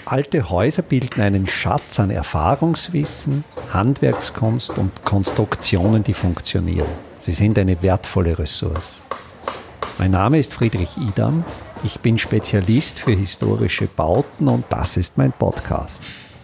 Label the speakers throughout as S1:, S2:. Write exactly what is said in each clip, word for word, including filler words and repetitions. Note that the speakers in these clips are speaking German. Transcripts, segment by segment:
S1: Alte Häuser bilden einen Schatz an Erfahrungswissen, Handwerkskunst und Konstruktionen, die funktionieren. Sie sind eine wertvolle Ressource. Mein Name ist Friedrich Idam. Ich bin Spezialist für historische Bauten und das ist mein Podcast.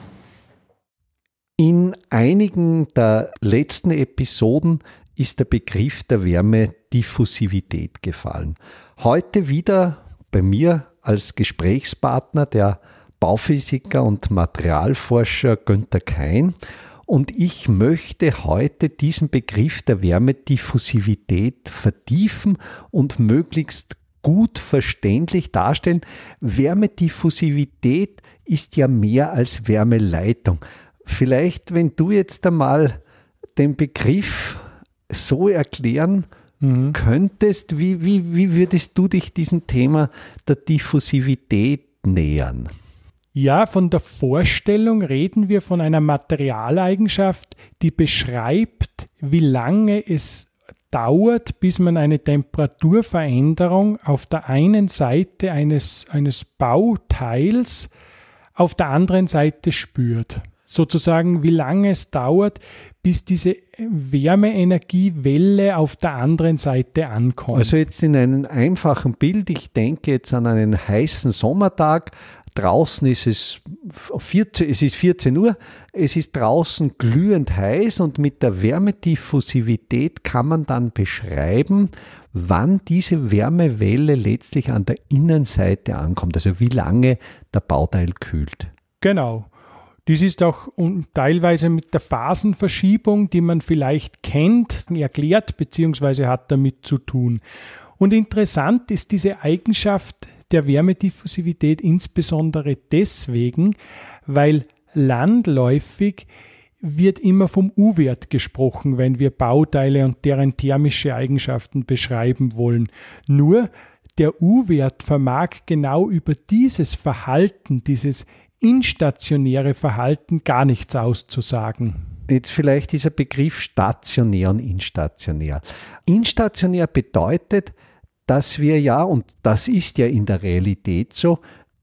S1: In einigen der letzten Episoden ist der Begriff der Wärmediffusivität gefallen. Heute wieder bei mir als Gesprächspartner der Bauphysiker und Materialforscher Günther Kein. Und ich möchte heute diesen Begriff der Wärmediffusivität vertiefen und möglichst gut verständlich darstellen. Wärmediffusivität ist ja mehr als Wärmeleitung. Vielleicht, wenn du jetzt einmal den Begriff so erklären mhm. könntest, wie, wie, wie würdest du dich diesem Thema der Diffusivität nähern?
S2: Ja, von der Vorstellung reden wir von einer Materialeigenschaft, die beschreibt, wie lange es dauert, bis man eine Temperaturveränderung auf der einen Seite eines, eines Bauteils auf der anderen Seite spürt. Sozusagen, wie lange es dauert, bis diese Wärmeenergiewelle auf der anderen Seite ankommt.
S1: Also jetzt in einem einfachen Bild, ich denke jetzt an einen heißen Sommertag, draußen ist es vierzehn, es ist vierzehn Uhr, es ist draußen glühend heiß und mit der Wärmediffusivität kann man dann beschreiben, wann diese Wärmewelle letztlich an der Innenseite ankommt, also wie lange der Bauteil kühlt.
S2: Genau. Dies ist auch teilweise mit der Phasenverschiebung, die man vielleicht kennt, erklärt bzw. hat damit zu tun. Und interessant ist diese Eigenschaft der Wärmediffusivität insbesondere deswegen, weil landläufig wird immer vom U-Wert gesprochen, wenn wir Bauteile und deren thermische Eigenschaften beschreiben wollen. Nur der U-Wert vermag genau über dieses Verhalten, dieses instationäre Verhalten gar nichts auszusagen.
S1: Jetzt vielleicht dieser Begriff stationär und instationär. Instationär bedeutet, dass wir ja, und das ist ja in der Realität so,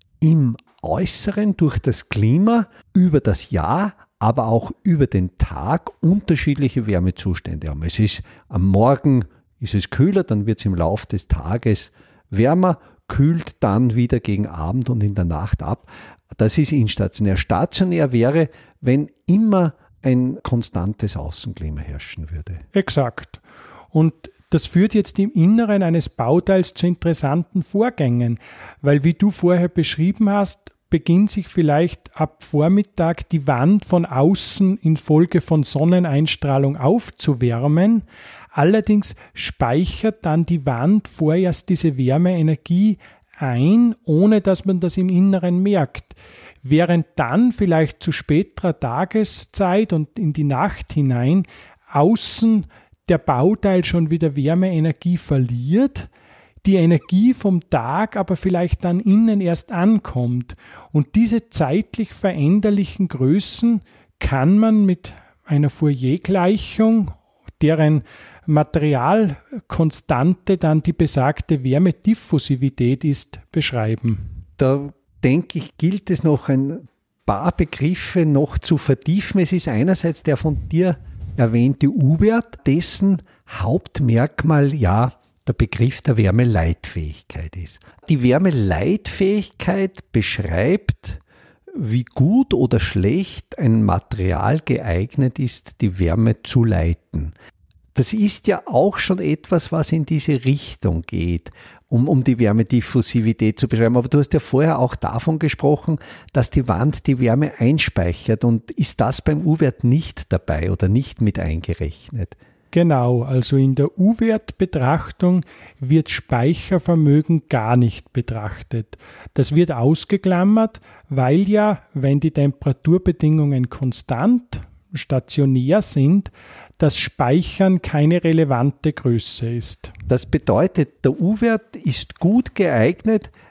S1: im Äußeren durch das Klima über das Jahr, aber auch über den Tag unterschiedliche Wärmezustände haben. Es ist am Morgen ist es kühler, dann wird es im Laufe des Tages wärmer, kühlt dann wieder gegen Abend und in der Nacht ab. Das ist instationär. Stationär wäre, wenn immer ein konstantes Außenklima herrschen würde.
S2: Exakt. Und das führt jetzt im Inneren eines Bauteils zu interessanten Vorgängen, weil, wie du vorher beschrieben hast, beginnt sich vielleicht ab Vormittag die Wand von außen infolge von Sonneneinstrahlung aufzuwärmen. Allerdings speichert dann die Wand vorerst diese Wärmeenergie ein, ohne dass man das im Inneren merkt. Während dann vielleicht zu späterer Tageszeit und in die Nacht hinein außen der Bauteil schon wieder Wärmeenergie verliert, die Energie vom Tag aber vielleicht dann innen erst ankommt. Und diese zeitlich veränderlichen Größen kann man mit einer Fourier-Gleichung, deren Materialkonstante dann die besagte Wärmediffusivität ist, beschreiben.
S1: Da denke ich, gilt es noch ein paar Begriffe noch zu vertiefen. Es ist einerseits der von dir erwähnte U-Wert, dessen Hauptmerkmal ja der Begriff der Wärmeleitfähigkeit ist. Die Wärmeleitfähigkeit beschreibt, wie gut oder schlecht ein Material geeignet ist, die Wärme zu leiten. Das ist ja auch schon etwas, was in diese Richtung geht, um, um die Wärmediffusivität zu beschreiben. Aber du hast ja vorher auch davon gesprochen, dass die Wand die Wärme einspeichert. Und ist das beim U-Wert nicht dabei oder nicht mit eingerechnet?
S2: Genau, also in der U-Wert-Betrachtung wird Speichervermögen gar nicht betrachtet. Das wird ausgeklammert, weil ja, wenn die Temperaturbedingungen konstant, stationär sind, das Speichern keine relevante Größe ist.
S1: Das bedeutet, der U-Wert ist gut geeignet,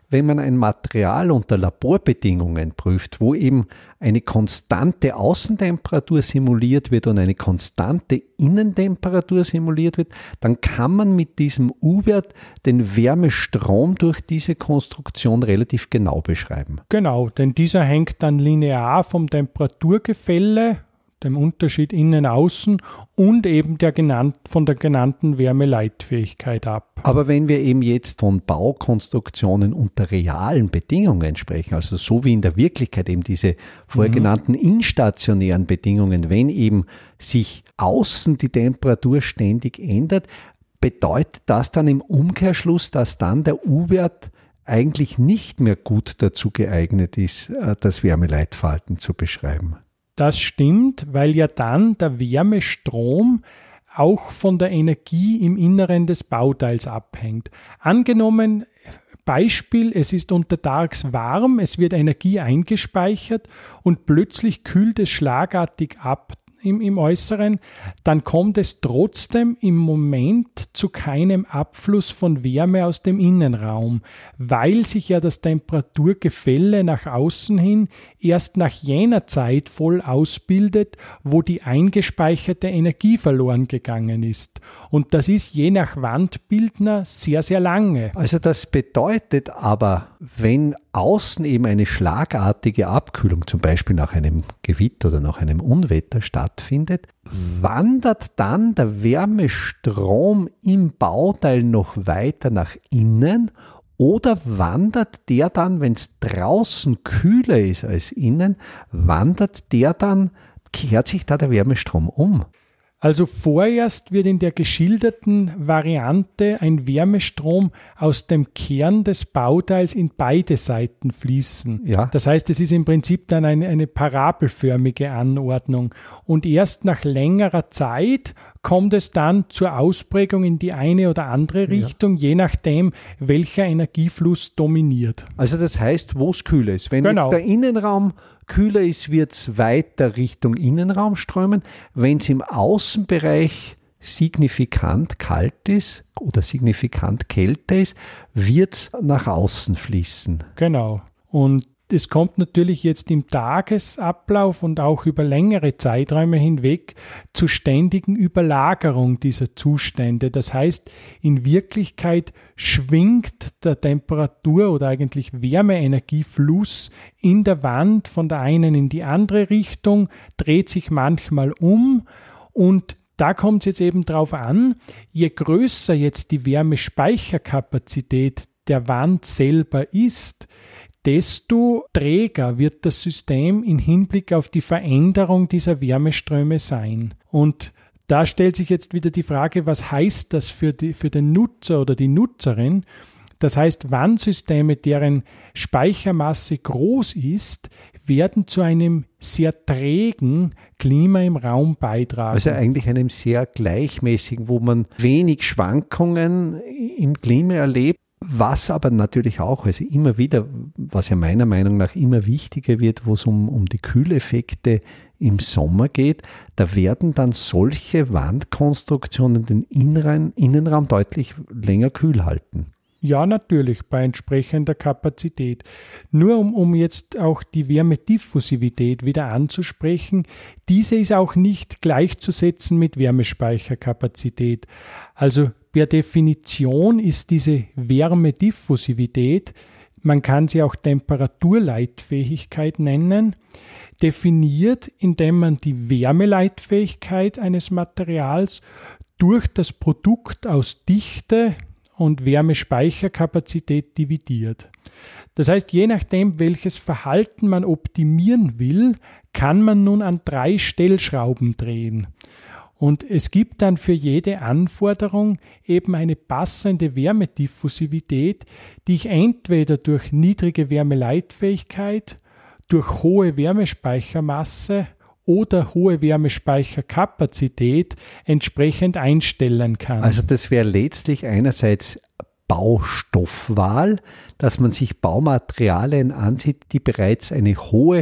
S1: wenn man ein Material unter Laborbedingungen prüft, wo eben eine konstante Außentemperatur simuliert wird und eine konstante Innentemperatur simuliert wird, dann kann man mit diesem U-Wert den Wärmestrom durch diese Konstruktion relativ genau beschreiben.
S2: Genau, denn dieser hängt dann linear vom Temperaturgefälle, dem Unterschied innen-außen und eben der genannt, von der genannten Wärmeleitfähigkeit ab.
S1: Aber wenn wir eben jetzt von Baukonstruktionen unter realen Bedingungen sprechen, also so wie in der Wirklichkeit eben diese vorher genannten instationären Bedingungen, wenn eben sich außen die Temperatur ständig ändert, bedeutet das dann im Umkehrschluss, dass dann der U-Wert eigentlich nicht mehr gut dazu geeignet ist, das Wärmeleitverhalten zu beschreiben?
S2: Das stimmt, weil ja dann der Wärmestrom auch von der Energie im Inneren des Bauteils abhängt. Angenommen, Beispiel, es ist untertags warm, es wird Energie eingespeichert und plötzlich kühlt es schlagartig ab im, im Äußeren, dann kommt es trotzdem im Moment zu keinem Abfluss von Wärme aus dem Innenraum, weil sich ja das Temperaturgefälle nach außen hin erst nach jener Zeit voll ausbildet, wo die eingespeicherte Energie verloren gegangen ist. Und das ist je nach Wandbildner sehr, sehr lange.
S1: Also das bedeutet aber, wenn außen eben eine schlagartige Abkühlung, zum Beispiel nach einem Gewitter oder nach einem Unwetter stattfindet, wandert dann der Wärmestrom im Bauteil noch weiter nach innen oder wandert der dann, wenn es draußen kühler ist als innen, wandert der dann, kehrt sich da der Wärmestrom um?
S2: Also vorerst wird in der geschilderten Variante ein Wärmestrom aus dem Kern des Bauteils in beide Seiten fließen.
S1: Ja.
S2: Das heißt, es ist im Prinzip dann eine, eine parabelförmige Anordnung. Und erst nach längerer Zeit kommt es dann zur Ausprägung in die eine oder andere Richtung, ja, je nachdem, welcher Energiefluss dominiert.
S1: Also das heißt, wo es kühler ist. Wenn
S2: genau.
S1: jetzt der Innenraum kühler ist, wird es weiter Richtung Innenraum strömen. Wenn es im Außenbereich signifikant kalt ist oder signifikant kälter ist, wird es nach außen fließen.
S2: Genau. Und es kommt natürlich jetzt im Tagesablauf und auch über längere Zeiträume hinweg zu ständigen Überlagerung dieser Zustände. Das heißt, in Wirklichkeit schwingt der Temperatur- oder eigentlich Wärmeenergiefluss in der Wand von der einen in die andere Richtung, dreht sich manchmal um und da kommt es jetzt eben drauf an, je größer jetzt die Wärmespeicherkapazität der Wand selber ist, desto träger wird das System im Hinblick auf die Veränderung dieser Wärmeströme sein. Und da stellt sich jetzt wieder die Frage, was heißt das für, die, für den Nutzer oder die Nutzerin? Das heißt, Wandsysteme, deren Speichermasse groß ist, werden zu einem sehr trägen Klima im Raum beitragen.
S1: Also eigentlich einem sehr gleichmäßigen, wo man wenig Schwankungen im Klima erlebt. Was aber natürlich auch, also immer wieder, was ja meiner Meinung nach immer wichtiger wird, wo es um, um die Kühleffekte im Sommer geht, da werden dann solche Wandkonstruktionen den inneren, Innenraum deutlich länger kühl halten.
S2: Ja, natürlich, bei entsprechender Kapazität. Nur um, um jetzt auch die Wärmediffusivität wieder anzusprechen, diese ist auch nicht gleichzusetzen mit Wärmespeicherkapazität. Also per Definition ist diese Wärmediffusivität, man kann sie auch Temperaturleitfähigkeit nennen, definiert, indem man die Wärmeleitfähigkeit eines Materials durch das Produkt aus Dichte und Wärmespeicherkapazität dividiert. Das heißt, je nachdem, welches Verhalten man optimieren will, kann man nun an drei Stellschrauben drehen. Und es gibt dann für jede Anforderung eben eine passende Wärmediffusivität, die ich entweder durch niedrige Wärmeleitfähigkeit, durch hohe Wärmespeichermasse oder hohe Wärmespeicherkapazität entsprechend einstellen kann.
S1: Also das wäre letztlich einerseits Baustoffwahl, dass man sich Baumaterialien ansieht, die bereits eine hohe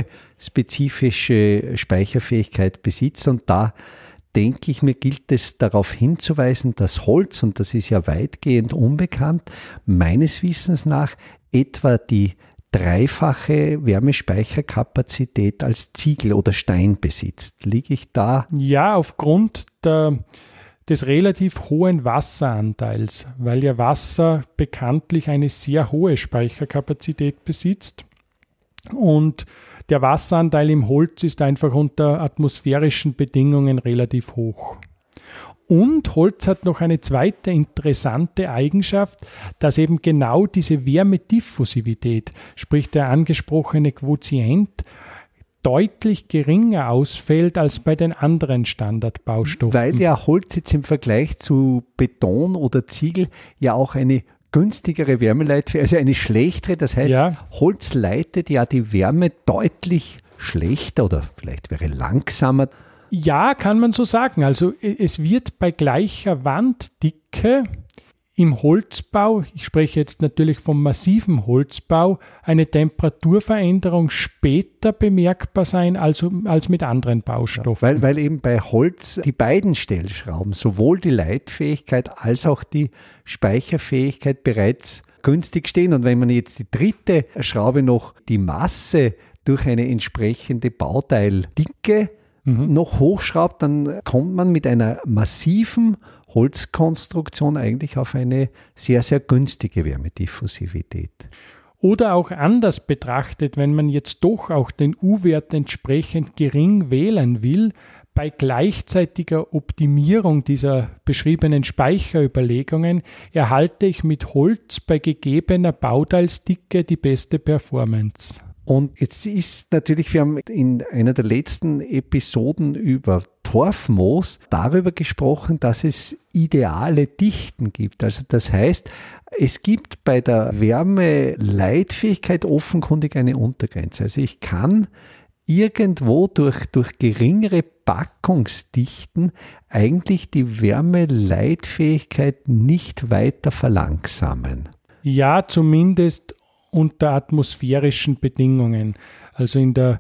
S1: spezifische Speicherfähigkeit besitzen, und da denke ich mir, gilt es darauf hinzuweisen, dass Holz, und das ist ja weitgehend unbekannt, meines Wissens nach etwa die dreifache Wärmespeicherkapazität als Ziegel oder Stein besitzt. Liege ich da?
S2: Ja, aufgrund der, des relativ hohen Wasseranteils, weil ja Wasser bekanntlich eine sehr hohe Speicherkapazität besitzt. Und der Wasseranteil im Holz ist einfach unter atmosphärischen Bedingungen relativ hoch. Und Holz hat noch eine zweite interessante Eigenschaft, dass eben genau diese Wärmediffusivität, sprich der angesprochene Quotient, deutlich geringer ausfällt als bei den anderen Standardbaustoffen.
S1: Weil ja Holz jetzt im Vergleich zu Beton oder Ziegel ja auch eine günstigere Wärmeleitfähigkeit, also eine schlechtere, das heißt, ja. Holz leitet ja die Wärme deutlich schlechter oder vielleicht wäre langsamer.
S2: Ja, kann man so sagen. Also es wird bei gleicher Wanddicke im Holzbau, ich spreche jetzt natürlich vom massiven Holzbau, eine Temperaturveränderung später bemerkbar sein als, als mit anderen Baustoffen.
S1: Ja, weil, weil eben bei Holz die beiden Stellschrauben, sowohl die Leitfähigkeit als auch die Speicherfähigkeit bereits günstig stehen. Und wenn man jetzt die dritte Schraube noch die Masse durch eine entsprechende Bauteildicke mhm. noch hochschraubt, dann kommt man mit einer massiven Holzkonstruktion eigentlich auf eine sehr, sehr günstige Wärmediffusivität.
S2: Oder auch anders betrachtet, wenn man jetzt doch auch den U-Wert entsprechend gering wählen will, bei gleichzeitiger Optimierung dieser beschriebenen Speicherüberlegungen erhalte ich mit Holz bei gegebener Bauteilsdicke die beste Performance.
S1: Und jetzt ist natürlich, wir haben in einer der letzten Episoden über Torfmoos darüber gesprochen, dass es ideale Dichten gibt. Also das heißt, es gibt bei der Wärmeleitfähigkeit offenkundig eine Untergrenze. Also ich kann irgendwo durch, durch geringere Packungsdichten eigentlich die Wärmeleitfähigkeit nicht weiter verlangsamen.
S2: Ja, zumindest unter atmosphärischen Bedingungen. Also in der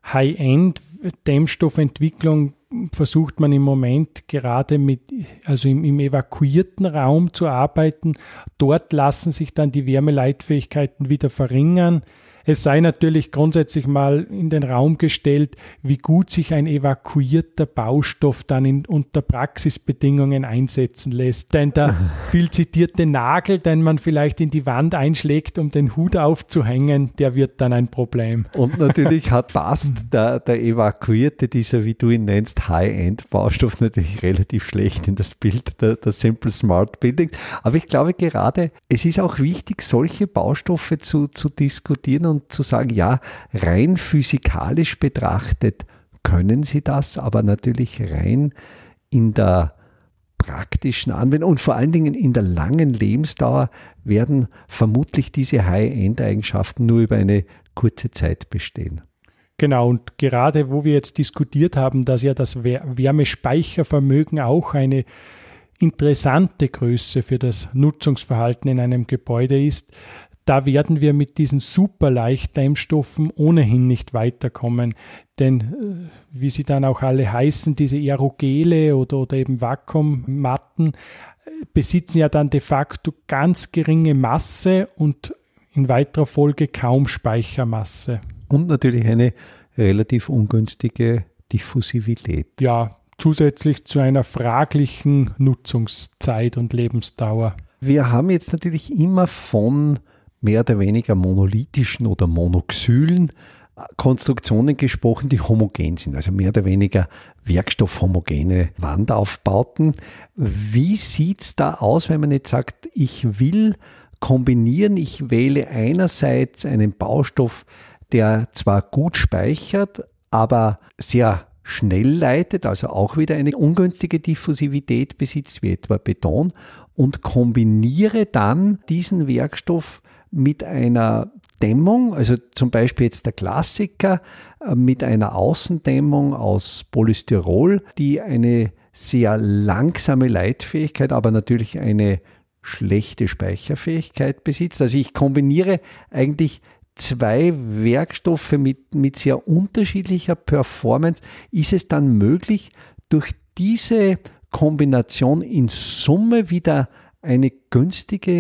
S2: High-End-Dämmstoffentwicklung versucht man im Moment gerade mit, also im, im evakuierten Raum zu arbeiten. Dort lassen sich dann die Wärmeleitfähigkeiten wieder verringern. Es sei natürlich grundsätzlich mal in den Raum gestellt, wie gut sich ein evakuierter Baustoff dann in, unter Praxisbedingungen einsetzen lässt. Denn der viel zitierte Nagel, den man vielleicht in die Wand einschlägt, um den Hut aufzuhängen, der wird dann ein Problem.
S1: Und natürlich hat passt der, der evakuierte, dieser, wie du ihn nennst, High-End-Baustoff natürlich relativ schlecht in das Bild der, der Simple Smart Buildings. Aber ich glaube gerade, es ist auch wichtig, solche Baustoffe zu, zu diskutieren und Und zu sagen, ja, rein physikalisch betrachtet können sie das, aber natürlich rein in der praktischen Anwendung und vor allen Dingen in der langen Lebensdauer werden vermutlich diese High-End-Eigenschaften nur über eine kurze Zeit bestehen.
S2: Genau, und gerade wo wir jetzt diskutiert haben, dass ja das Wärmespeichervermögen auch eine interessante Größe für das Nutzungsverhalten in einem Gebäude ist, da werden wir mit diesen Superleichtdämmstoffen ohnehin nicht weiterkommen. Denn, wie sie dann auch alle heißen, diese Aerogele oder, oder eben Vakuummatten besitzen ja dann de facto ganz geringe Masse und in weiterer Folge kaum Speichermasse.
S1: Und natürlich eine relativ ungünstige Diffusivität.
S2: Ja, zusätzlich zu einer fraglichen Nutzungszeit und Lebensdauer.
S1: Wir haben jetzt natürlich immer von mehr oder weniger monolithischen oder monoxylen Konstruktionen gesprochen, die homogen sind, also mehr oder weniger werkstoffhomogene Wandaufbauten. Wie sieht es da aus, wenn man jetzt sagt, ich will kombinieren, ich wähle einerseits einen Baustoff, der zwar gut speichert, aber sehr schnell leitet, also auch wieder eine ungünstige Diffusivität besitzt, wie etwa Beton, und kombiniere dann diesen Werkstoff mit einer Dämmung, also zum Beispiel jetzt der Klassiker, mit einer Außendämmung aus Polystyrol, die eine sehr langsame Leitfähigkeit, aber natürlich eine schlechte Speicherfähigkeit besitzt. Also ich kombiniere eigentlich zwei Werkstoffe mit, mit sehr unterschiedlicher Performance. Ist es dann möglich, durch diese Kombination in Summe wieder eine günstige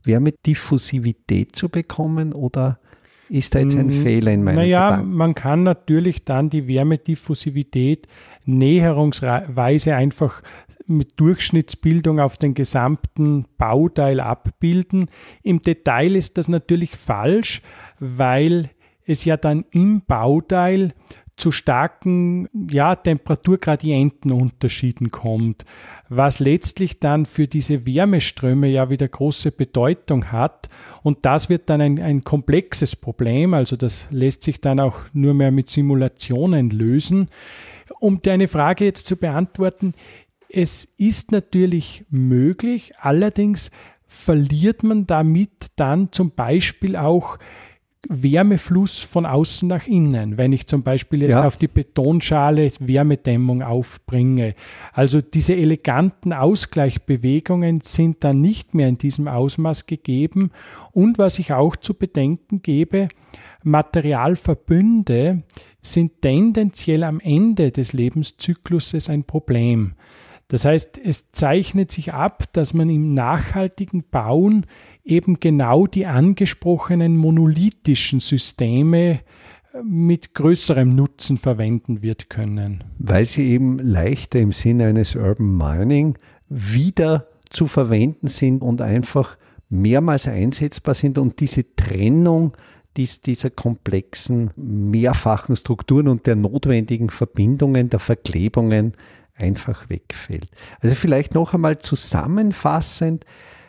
S1: Wärmediffusivität zu bekommen oder ist da jetzt ein Fehler in meinem
S2: Naja,
S1: Gedanken?
S2: Man kann natürlich dann die Wärmediffusivität näherungsweise einfach mit Durchschnittsbildung auf den gesamten Bauteil abbilden. Im Detail ist das natürlich falsch, weil es ja dann im Bauteil zu starken ja, Temperaturgradientenunterschieden kommt, was letztlich dann für diese Wärmeströme ja wieder große Bedeutung hat. Und das wird dann ein, ein komplexes Problem, also das lässt sich dann auch nur mehr mit Simulationen lösen. Um deine Frage jetzt zu beantworten, es ist natürlich möglich, allerdings verliert man damit dann zum Beispiel auch Wärmefluss von außen nach innen, wenn ich zum Beispiel jetzt ja. auf die Betonschale Wärmedämmung aufbringe. Also diese eleganten Ausgleichsbewegungen sind dann nicht mehr in diesem Ausmaß gegeben. Und was ich auch zu bedenken gebe, Materialverbünde sind tendenziell am Ende des Lebenszykluses ein Problem. Das heißt, es zeichnet sich ab, dass man im nachhaltigen Bauen eben genau die angesprochenen monolithischen Systeme mit größerem Nutzen verwenden wird können.
S1: Weil sie eben leichter im Sinne eines Urban Mining wieder zu verwenden sind und einfach mehrmals einsetzbar sind und diese Trennung dies, dieser komplexen, mehrfachen Strukturen und der notwendigen Verbindungen, der Verklebungen einfach wegfällt. Also vielleicht noch einmal zusammenfassend,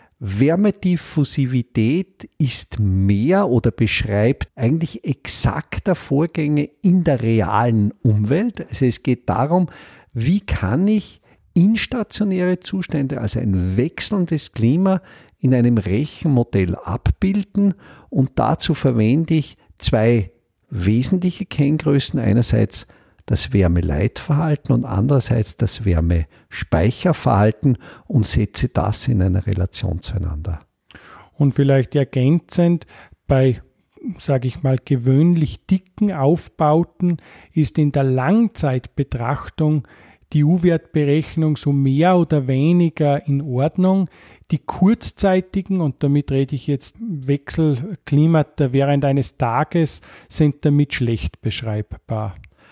S1: Wärmediffusivität ist mehr oder beschreibt eigentlich exakter Vorgänge in der realen Umwelt. Also es geht darum, wie kann ich instationäre Zustände, also ein wechselndes Klima in einem Rechenmodell abbilden, und dazu verwende ich zwei wesentliche Kenngrößen. Einerseits das Wärmeleitverhalten und andererseits das Wärmespeicherverhalten und setze das in einer Relation zueinander.
S2: Und vielleicht ergänzend, bei, sage ich mal, gewöhnlich dicken Aufbauten ist in der Langzeitbetrachtung die U-Wertberechnung so mehr oder weniger in Ordnung. Die kurzzeitigen, und damit rede ich jetzt Wechselklimata während eines Tages, sind damit schlecht beschreibbar.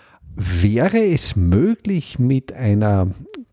S1: Wäre es möglich, mit einer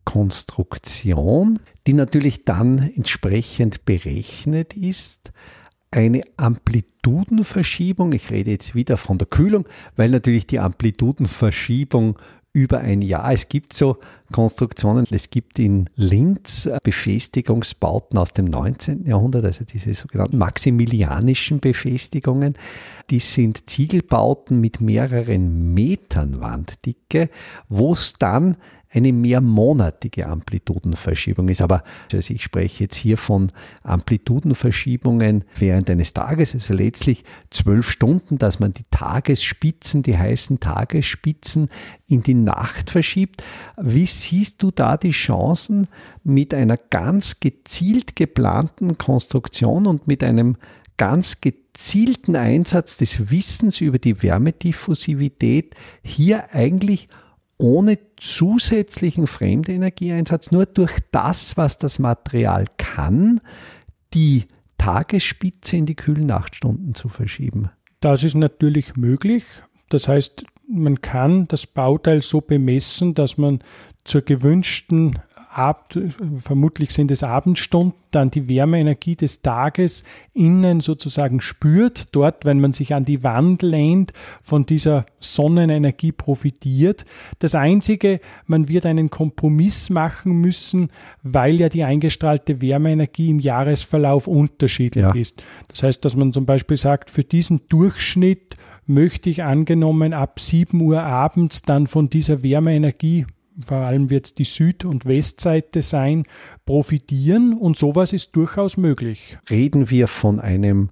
S1: Konstruktion, die natürlich dann entsprechend berechnet ist, eine Amplitudenverschiebung, ich rede jetzt wieder von der Kühlung, weil natürlich die Amplitudenverschiebung über ein Jahr, es gibt so Konstruktionen, es gibt in Linz Befestigungsbauten aus dem neunzehnten Jahrhundert, also diese sogenannten maximilianischen Befestigungen, die sind Ziegelbauten mit mehreren Metern Wanddicke, wo es dann eine mehrmonatige Amplitudenverschiebung ist. Aber also ich spreche jetzt hier von Amplitudenverschiebungen während eines Tages, also letztlich zwölf Stunden, dass man die Tagesspitzen, die heißen Tagesspitzen in die Nacht verschiebt. Wie siehst du da die Chancen mit einer ganz gezielt geplanten Konstruktion und mit einem ganz gezielten Einsatz des Wissens über die Wärmediffusivität hier eigentlich ohne zusätzlichen Fremdenergieeinsatz, nur durch das, was das Material kann, die Tagesspitze in die kühlen Nachtstunden zu verschieben? Das
S2: ist natürlich möglich. Das heißt, man kann das Bauteil so bemessen, dass man zur gewünschten Ab, vermutlich sind es Abendstunden, dann die Wärmeenergie des Tages innen sozusagen spürt, dort, wenn man sich an die Wand lehnt, von dieser Sonnenenergie profitiert. Das Einzige, man wird einen Kompromiss machen müssen, weil ja die eingestrahlte Wärmeenergie im Jahresverlauf unterschiedlich ja. ist. Das heißt, dass man zum Beispiel sagt, für diesen Durchschnitt möchte ich angenommen ab sieben Uhr abends dann von dieser Wärmeenergie, vor allem wird es die Süd- und Westseite sein, profitieren, und sowas ist durchaus möglich.
S1: Reden wir von einem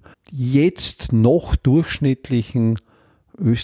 S1: jetzt noch durchschnittlichen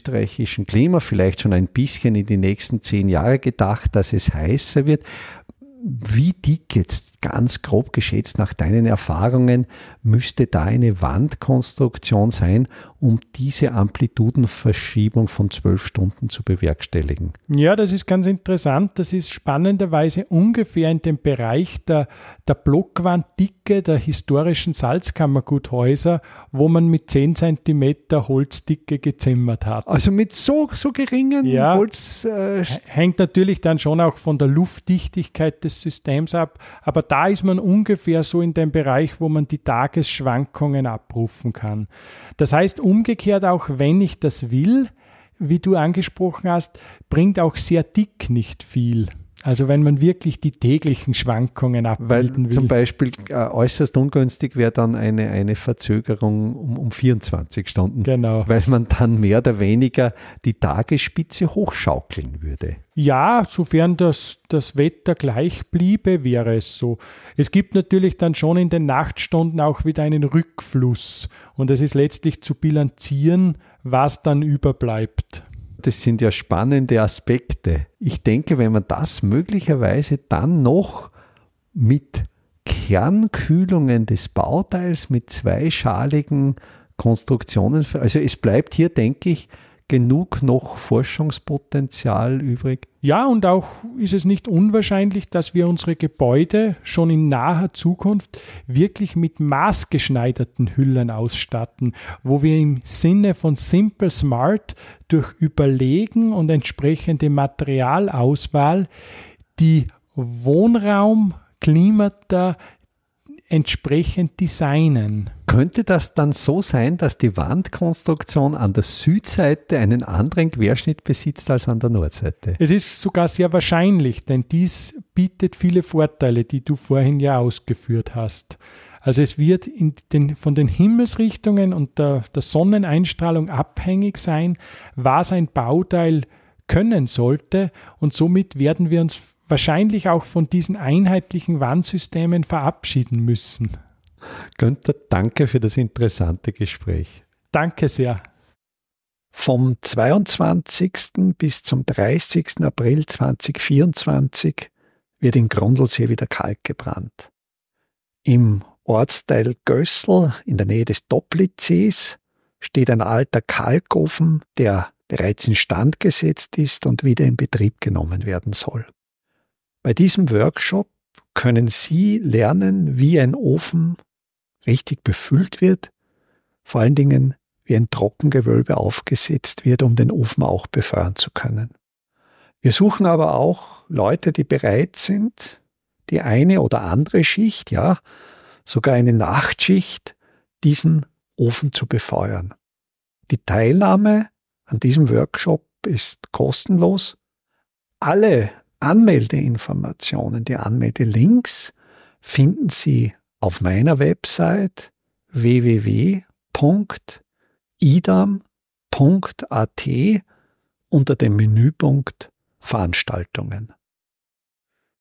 S1: österreichischen Klima, vielleicht schon ein bisschen in die nächsten zehn Jahre gedacht, dass es heißer wird. Wie dick jetzt, ganz grob geschätzt nach deinen Erfahrungen, müsste da eine Wandkonstruktion sein, um diese Amplitudenverschiebung von zwölf Stunden zu bewerkstelligen?
S2: Ja, das ist ganz interessant. Das ist spannenderweise ungefähr in dem Bereich der, der Blockwanddicke der historischen Salzkammerguthäuser, wo man mit zehn Zentimeter Holzdicke gezimmert hat.
S1: Also mit so, so geringen
S2: ja,
S1: Holz... Äh,
S2: hängt natürlich dann schon auch von der Luftdichtigkeit des Systems ab, aber da ist man ungefähr so in dem Bereich, wo man die Tagesschwankungen abrufen kann. Das heißt umgekehrt, auch wenn ich das will, wie du angesprochen hast, bringt auch sehr dick nicht viel. Also wenn man wirklich die täglichen Schwankungen abbilden
S1: Weil
S2: will.
S1: Zum Beispiel äh, äußerst ungünstig wäre dann eine, eine Verzögerung um, um vierundzwanzig Stunden.
S2: Genau.
S1: Weil man dann mehr oder weniger die Tagesspitze hochschaukeln würde.
S2: Ja, sofern das, das Wetter gleich bliebe, wäre es so. Es gibt natürlich dann schon in den Nachtstunden auch wieder einen Rückfluss. Und es ist letztlich zu bilanzieren, was dann überbleibt.
S1: Das sind ja spannende Aspekte. Ich denke, wenn man das möglicherweise dann noch mit Kernkühlungen des Bauteils, mit zweischaligen Konstruktionen, also es bleibt hier, denke ich, genug noch Forschungspotenzial übrig.
S2: Ja, und auch ist es nicht unwahrscheinlich, dass wir unsere Gebäude schon in naher Zukunft wirklich mit maßgeschneiderten Hüllen ausstatten, wo wir im Sinne von Simple Smart durch Überlegen und entsprechende Materialauswahl die Wohnraumklimata entsprechend designen.
S1: Könnte das dann so sein, dass die Wandkonstruktion an der Südseite einen anderen Querschnitt besitzt als an der Nordseite?
S2: Es ist sogar sehr wahrscheinlich, denn dies bietet viele Vorteile, die du vorhin ja ausgeführt hast. Also es wird in den, von den Himmelsrichtungen und der, der Sonneneinstrahlung abhängig sein, was ein Bauteil können sollte, und somit werden wir uns wahrscheinlich auch von diesen einheitlichen Wandsystemen verabschieden müssen.
S1: Günther, danke für das interessante Gespräch.
S2: Danke sehr.
S1: Vom zweiundzwanzigsten bis zum dreißigsten April zweitausendvierundzwanzig wird in Grundlsee wieder Kalk gebrannt. Im Ortsteil Gößl in der Nähe des Toplitzsees steht ein alter Kalkofen, der bereits instand gesetzt ist und wieder in Betrieb genommen werden soll. Bei diesem Workshop können Sie lernen, wie ein Ofen richtig befüllt wird, vor allen Dingen wie ein Trockengewölbe aufgesetzt wird, um den Ofen auch befeuern zu können. Wir suchen aber auch Leute, die bereit sind, die eine oder andere Schicht, ja, sogar eine Nachtschicht, diesen Ofen zu befeuern. Die Teilnahme an diesem Workshop ist kostenlos. Alle Anmeldeinformationen, die Anmeldelinks finden Sie auf meiner Website w w w punkt idam punkt a t unter dem Menüpunkt Veranstaltungen.